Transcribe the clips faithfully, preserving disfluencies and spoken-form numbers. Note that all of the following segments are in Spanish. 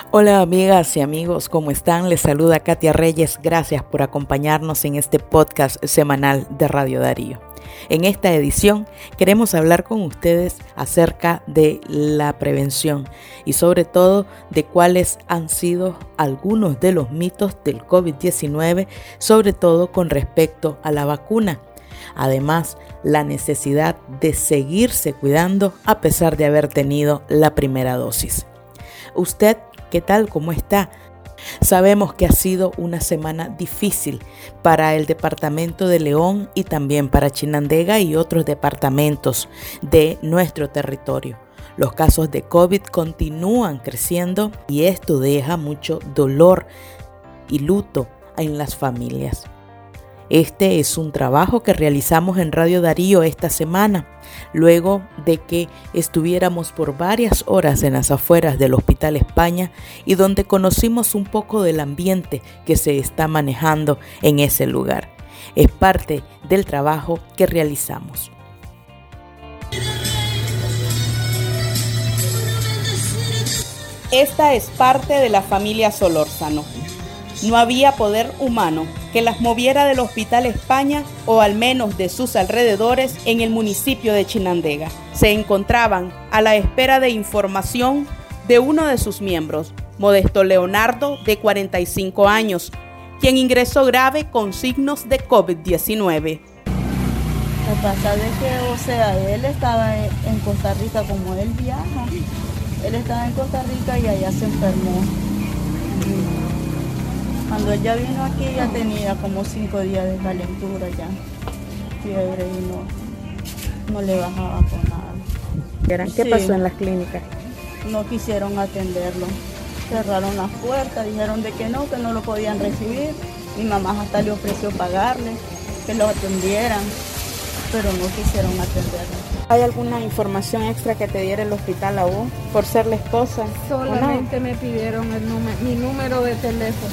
Hola amigas y amigos, ¿cómo están? Les saluda Katia Reyes. Gracias por acompañarnos en este podcast semanal de Radio Darío. En esta edición queremos hablar con ustedes acerca de la prevención y sobre todo de cuáles han sido algunos de los mitos del covid diecinueve, sobre todo con respecto a la vacuna. Además, la necesidad de seguirse cuidando a pesar de haber tenido la primera dosis. ¿Usted qué tal? ¿Cómo está? Sabemos que ha sido una semana difícil para el departamento de León y también para Chinandega y otros departamentos de nuestro territorio. Los casos de COVID continúan creciendo y esto deja mucho dolor y luto en las familias. Este es un trabajo que realizamos en Radio Darío esta semana, luego de que estuviéramos por varias horas en las afueras del Hospital España y donde conocimos un poco del ambiente que se está manejando en ese lugar. Es parte del trabajo que realizamos. Esta es parte de la familia Solórzano. No había poder humano que las moviera del Hospital España o al menos de sus alrededores en el municipio de Chinandega. Se encontraban a la espera de información de uno de sus miembros, Modesto Leonardo, de cuarenta y cinco años, quien ingresó grave con signos de covid diecinueve. Lo que pasa es que, o sea, él estaba en Costa Rica, como él viaja, él estaba en Costa Rica y allá se enfermó. Cuando ella vino aquí ya tenía como cinco días de calentura ya, fiebre y no, no le bajaba con nada. ¿Qué sí. pasó en las clínicas? No quisieron atenderlo, cerraron las puertas, dijeron de que no, que no lo podían recibir. Mi mamá hasta le ofreció pagarle, que lo atendieran, pero no quisieron atenderlo. ¿Hay alguna información extra que te diera el hospital a vos por ser la esposa? Solamente no? me pidieron el número, mi número de teléfono.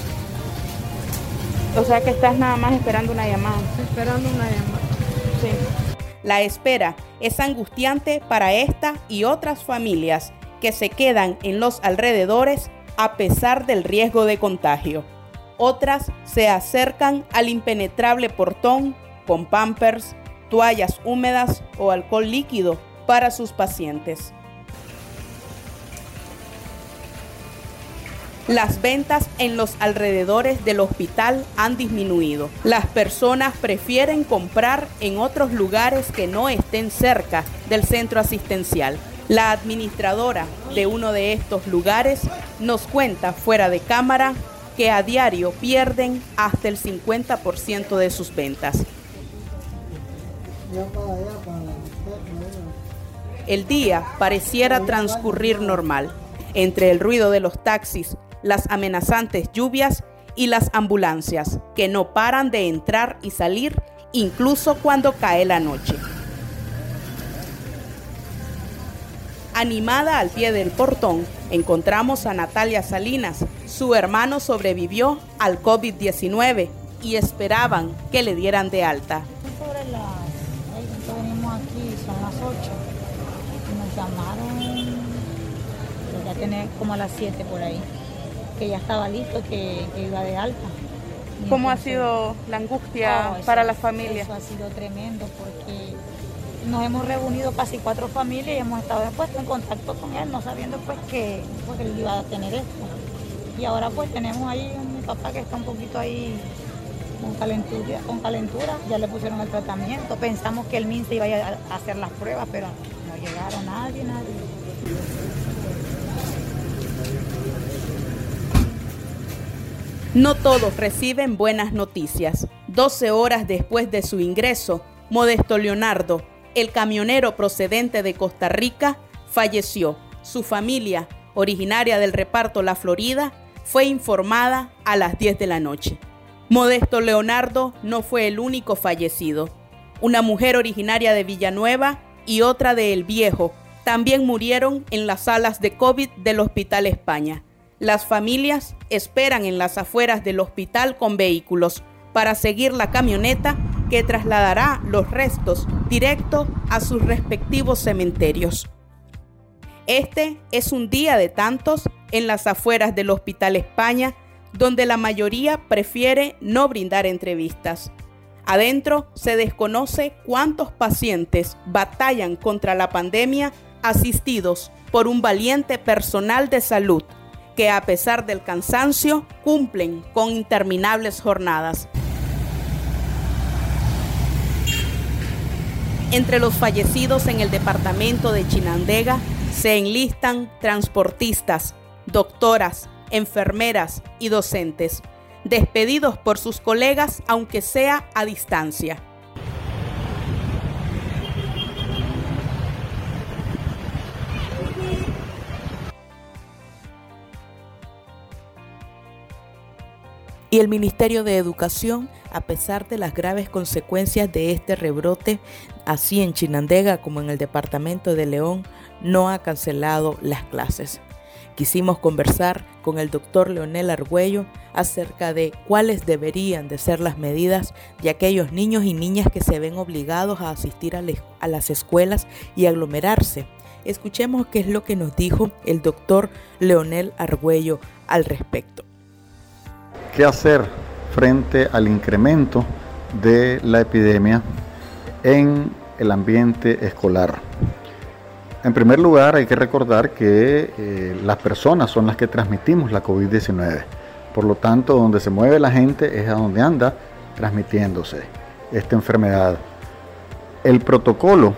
O sea que estás nada más esperando una llamada. Esperando una llamada. Sí. La espera es angustiante para esta y otras familias que se quedan en los alrededores a pesar del riesgo de contagio. Otras se acercan al impenetrable portón con pampers, toallas húmedas o alcohol líquido para sus pacientes. Las ventas en los alrededores del hospital han disminuido. Las personas prefieren comprar en otros lugares que no estén cerca del centro asistencial. La administradora de uno de estos lugares nos cuenta fuera de cámara que a diario pierden hasta el cincuenta por ciento de sus ventas. El día pareciera transcurrir normal, entre el ruido de los taxis, las amenazantes lluvias y las ambulancias que no paran de entrar y salir incluso cuando cae la noche. Animada al pie del portón, encontramos a Natalia Salinas. Su hermano sobrevivió al covid diecinueve y esperaban que le dieran de alta. Sobre las, venimos aquí, son las ocho, nos llamaron, ya tiene como a las siete por ahí, que ya estaba listo, que, que iba de alta. Y ¿Cómo entonces, ha sido la angustia oh, eso, para la familia? Eso ha sido tremendo porque nos hemos reunido casi cuatro familias y hemos estado después en contacto con él, no sabiendo pues que, pues, que él iba a tener esto. Y ahora pues tenemos ahí a mi papá que está un poquito ahí con calentura, con calentura, ya le pusieron el tratamiento. Pensamos que el M I N S iba a hacer las pruebas, pero no llegaron nadie, nadie. No todos reciben buenas noticias. doce horas después de su ingreso, Modesto Leonardo, el camionero procedente de Costa Rica, falleció. Su familia, originaria del reparto La Florida, fue informada a las diez de la noche. Modesto Leonardo no fue el único fallecido. Una mujer originaria de Villanueva y otra de El Viejo también murieron en las salas de COVID del Hospital España. Las familias esperan en las afueras del hospital con vehículos para seguir la camioneta que trasladará los restos directo a sus respectivos cementerios. Este es un día de tantos en las afueras del Hospital España, donde la mayoría prefiere no brindar entrevistas. Adentro se desconoce cuántos pacientes batallan contra la pandemia asistidos por un valiente personal de salud que, a pesar del cansancio, cumplen con interminables jornadas. Entre los fallecidos en el departamento de Chinandega se enlistan transportistas, doctoras, enfermeras y docentes, despedidos por sus colegas aunque sea a distancia. Y el Ministerio de Educación, a pesar de las graves consecuencias de este rebrote, así en Chinandega como en el departamento de León, no ha cancelado las clases. Quisimos conversar con el doctor Leonel Argüello acerca de cuáles deberían de ser las medidas de aquellos niños y niñas que se ven obligados a asistir a, le- a las escuelas y aglomerarse. Escuchemos qué es lo que nos dijo el doctor Leonel Argüello al respecto. ¿Qué hacer frente al incremento de la epidemia en el ambiente escolar? En primer lugar, hay que recordar que eh, las personas son las que transmitimos la covid diecinueve. Por lo tanto, donde se mueve la gente es a donde anda transmitiéndose esta enfermedad. El protocolo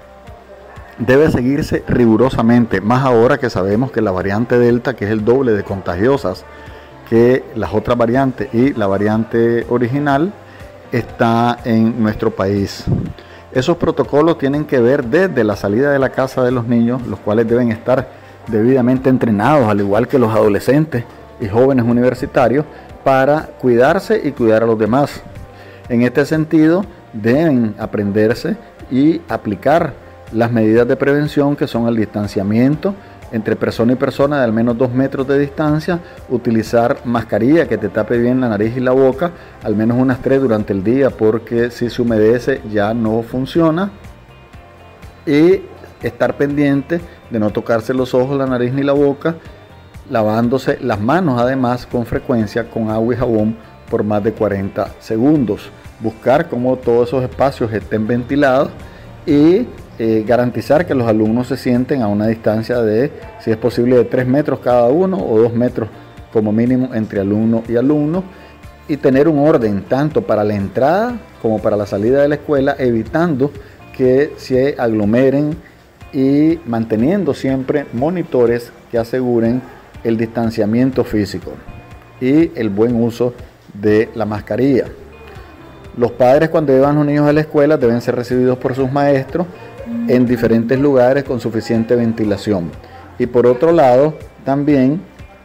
debe seguirse rigurosamente, más ahora que sabemos que la variante Delta, que es el doble de contagiosas que las otras variantes y la variante original, está en nuestro país. Esos protocolos tienen que ver desde la salida de la casa de los niños, los cuales deben estar debidamente entrenados, al igual que los adolescentes y jóvenes universitarios, para cuidarse y cuidar a los demás. En este sentido, deben aprenderse y aplicar las medidas de prevención, que son el distanciamiento entre persona y persona de al menos dos metros de distancia, utilizar mascarilla que te tape bien la nariz y la boca, al menos unas tres durante el día, porque si se humedece ya no funciona, y estar pendiente de no tocarse los ojos, la nariz ni la boca, lavándose las manos además con frecuencia con agua y jabón por más de cuarenta segundos, buscar cómo todos esos espacios estén ventilados y Eh, garantizar que los alumnos se sienten a una distancia de, si es posible, de tres metros cada uno o dos metros como mínimo entre alumno y alumno, y tener un orden tanto para la entrada como para la salida de la escuela, evitando que se aglomeren y manteniendo siempre monitores que aseguren el distanciamiento físico y el buen uso de la mascarilla. Los padres, cuando llevan a los niños a la escuela, deben ser recibidos por sus maestros en diferentes lugares con suficiente ventilación. Y por otro lado, también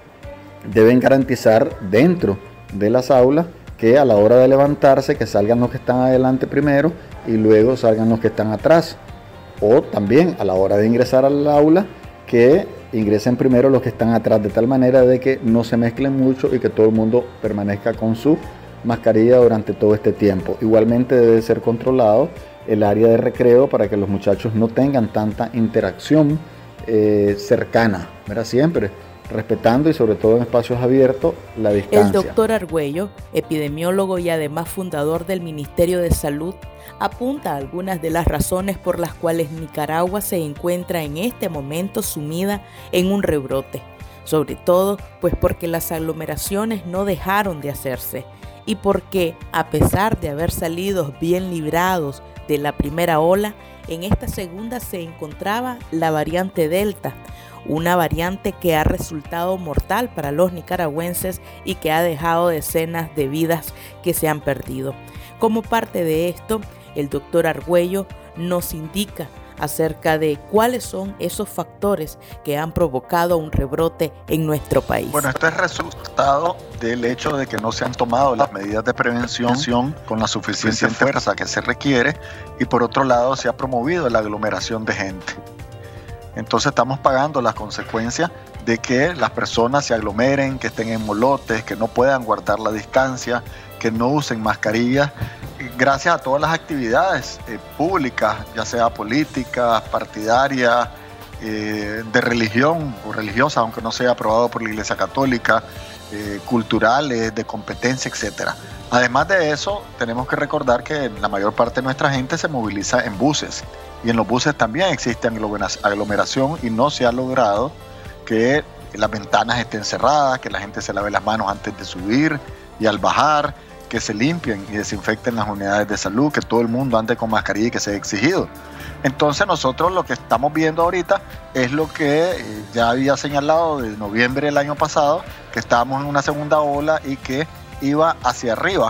deben garantizar dentro de las aulas que a la hora de levantarse, que salgan los que están adelante primero y luego salgan los que están atrás. O también a la hora de ingresar al aula, que ingresen primero los que están atrás, de tal manera de que no se mezclen mucho y que todo el mundo permanezca con su mascarilla durante todo este tiempo. Igualmente debe ser controlado el área de recreo para que los muchachos no tengan tanta interacción eh, cercana, ¿verdad? Siempre respetando y sobre todo en espacios abiertos la distancia. El doctor Argüello, epidemiólogo y además fundador del Ministerio de Salud, apunta a algunas de las razones por las cuales Nicaragua se encuentra en este momento sumida en un rebrote, sobre todo pues porque las aglomeraciones no dejaron de hacerse y porque, a pesar de haber salido bien librados de la primera ola, en esta segunda se encontraba la variante Delta, una variante que ha resultado mortal para los nicaragüenses y que ha dejado decenas de vidas que se han perdido. Como parte de esto, el doctor Argüello nos indica acerca de cuáles son esos factores que han provocado un rebrote en nuestro país. Bueno, esto es resultado del hecho de que no se han tomado las medidas de prevención con la suficiente fuerza que se requiere, y por otro lado se ha promovido la aglomeración de gente. Entonces estamos pagando las consecuencias de que las personas se aglomeren, que estén en molotes, que no puedan guardar la distancia, que no usen mascarillas, gracias a todas las actividades eh, públicas, ya sea políticas, partidarias, eh, de religión o religiosa, aunque no sea aprobado por la Iglesia Católica, eh, culturales, de competencia, etcétera. Además de eso, tenemos que recordar que la mayor parte de nuestra gente se moviliza en buses, y en los buses también existe aglomeración y no se ha logrado que las ventanas estén cerradas, que la gente se lave las manos antes de subir y al bajar, que se limpien y desinfecten las unidades de salud, que todo el mundo ande con mascarilla y que sea exigido. Entonces nosotros lo que estamos viendo ahorita es lo que eh, ya había señalado de noviembre del año pasado, que estábamos en una segunda ola y que iba hacia arriba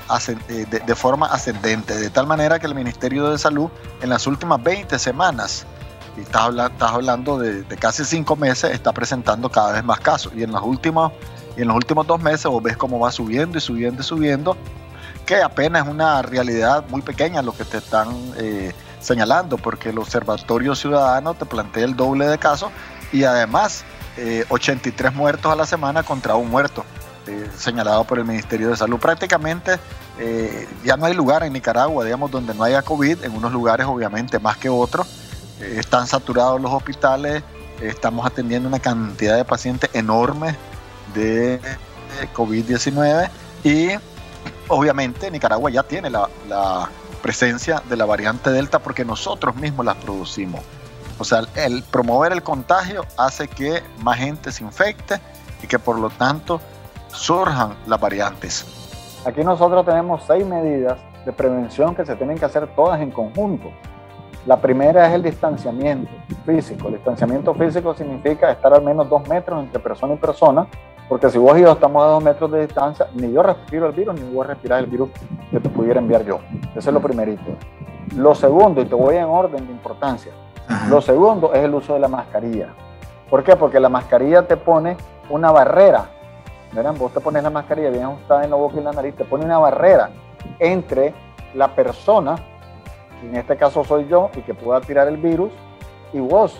de, de forma ascendente, de tal manera que el Ministerio de Salud en las últimas veinte semanas, y estás hablando, estás hablando de, de casi cinco meses, está presentando cada vez más casos, y en los últimos, y en los últimos dos meses vos ves cómo va subiendo y subiendo y subiendo, que apenas es una realidad muy pequeña lo que te están eh, señalando, porque el Observatorio Ciudadano te plantea el doble de casos y además eh, ochenta y tres muertos a la semana contra un muerto. Eh, señalado por el Ministerio de Salud. Prácticamente eh, ya no hay lugar en Nicaragua, digamos, donde no haya COVID. En unos lugares obviamente más que otros, eh, están saturados los hospitales, eh, estamos atendiendo una cantidad de pacientes enormes de, de COVID diecinueve, y obviamente Nicaragua ya tiene la, la presencia de la variante Delta porque nosotros mismos las producimos. O sea, el promover el contagio hace que más gente se infecte y que por lo tanto surjan las variantes. Aquí nosotros tenemos seis medidas de prevención que se tienen que hacer todas en conjunto. La primera es el distanciamiento físico. El distanciamiento físico significa estar al menos dos metros entre persona y persona, porque si vos y yo estamos a dos metros de distancia, ni yo respiro el virus, ni vos respirás el virus que te pudiera enviar yo. Eso es lo primerito. Lo segundo, y te voy en orden de importancia, Ajá. Lo segundo es el uso de la mascarilla. ¿Por qué? Porque la mascarilla te pone una barrera. Verán, vos te pones la mascarilla bien ajustada en la boca y la nariz, te pone una barrera entre la persona, que en este caso soy yo, y que pueda tirar el virus, y vos.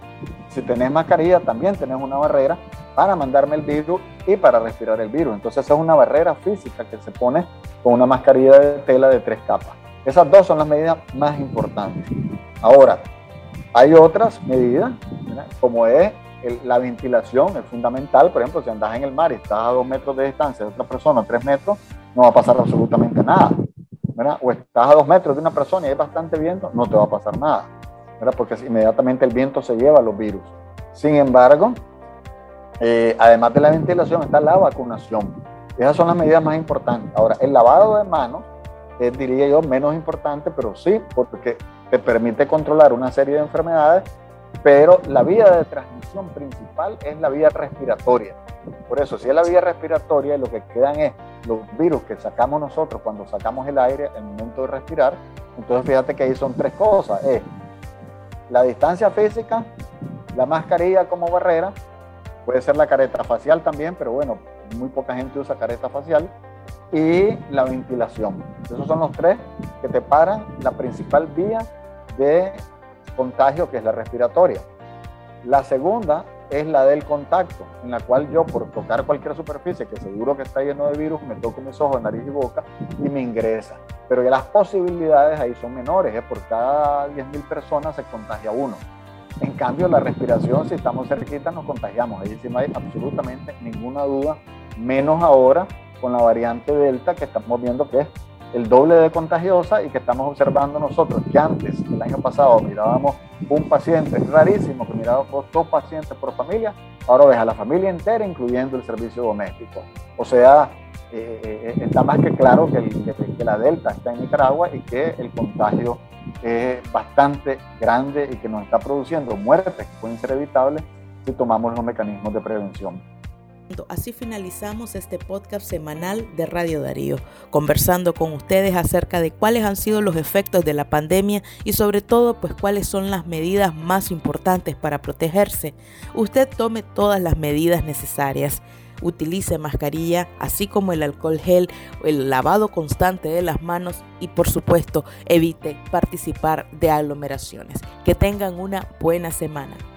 Si tenés mascarilla, también tenés una barrera para mandarme el virus y para respirar el virus. Entonces es una barrera física que se pone con una mascarilla de tela de tres capas. Esas dos son las medidas más importantes. Ahora, hay otras medidas, ¿verdad? Como es el, la ventilación, es fundamental. Por ejemplo, si andas en el mar y estás a dos metros de distancia de otra persona, tres metros, no va a pasar absolutamente nada, ¿verdad? O estás a dos metros de una persona y hay bastante viento, no te va a pasar nada, ¿verdad? Porque inmediatamente el viento se lleva los virus. Sin embargo, eh, además de la ventilación está la vacunación. Esas son las medidas más importantes. Ahora, el lavado de manos es, diría yo, menos importante, pero sí, porque te permite controlar una serie de enfermedades, pero la vía de transmisión principal es la vía respiratoria. Por eso, si es la vía respiratoria, lo que quedan es los virus que sacamos nosotros cuando sacamos el aire en el momento de respirar. Entonces, fíjate que ahí son tres cosas. Es la distancia física, la mascarilla como barrera, puede ser la careta facial también, pero bueno, muy poca gente usa careta facial, y la ventilación. Esos son los tres que te paran la principal vía de contagio, que es la respiratoria. La segunda es la del contacto, en la cual yo, por tocar cualquier superficie que seguro que está lleno de virus, me toco mis ojos, nariz y boca y me ingresa. Pero ya las posibilidades ahí son menores, ¿eh? Por cada diez mil personas se contagia uno. En cambio, la respiración, si estamos cerquita, nos contagiamos. Ahí sí no hay absolutamente ninguna duda, menos ahora con la variante Delta, que estamos viendo que es el doble de contagiosa y que estamos observando nosotros, que antes, el año pasado, mirábamos un paciente, es rarísimo que mirábamos dos pacientes por familia, ahora ves a la familia entera, incluyendo el servicio doméstico. O sea, eh, eh, está más que claro que, el, que, que la Delta está en Nicaragua y que el contagio es bastante grande y que nos está produciendo muertes que pueden ser evitables si tomamos los mecanismos de prevención. Así finalizamos este podcast semanal de Radio Darío, conversando con ustedes acerca de cuáles han sido los efectos de la pandemia y sobre todo pues cuáles son las medidas más importantes para protegerse. Usted tome todas las medidas necesarias. Utilice mascarilla, así como el alcohol gel, el lavado constante de las manos y por supuesto evite participar de aglomeraciones. Que tengan una buena semana.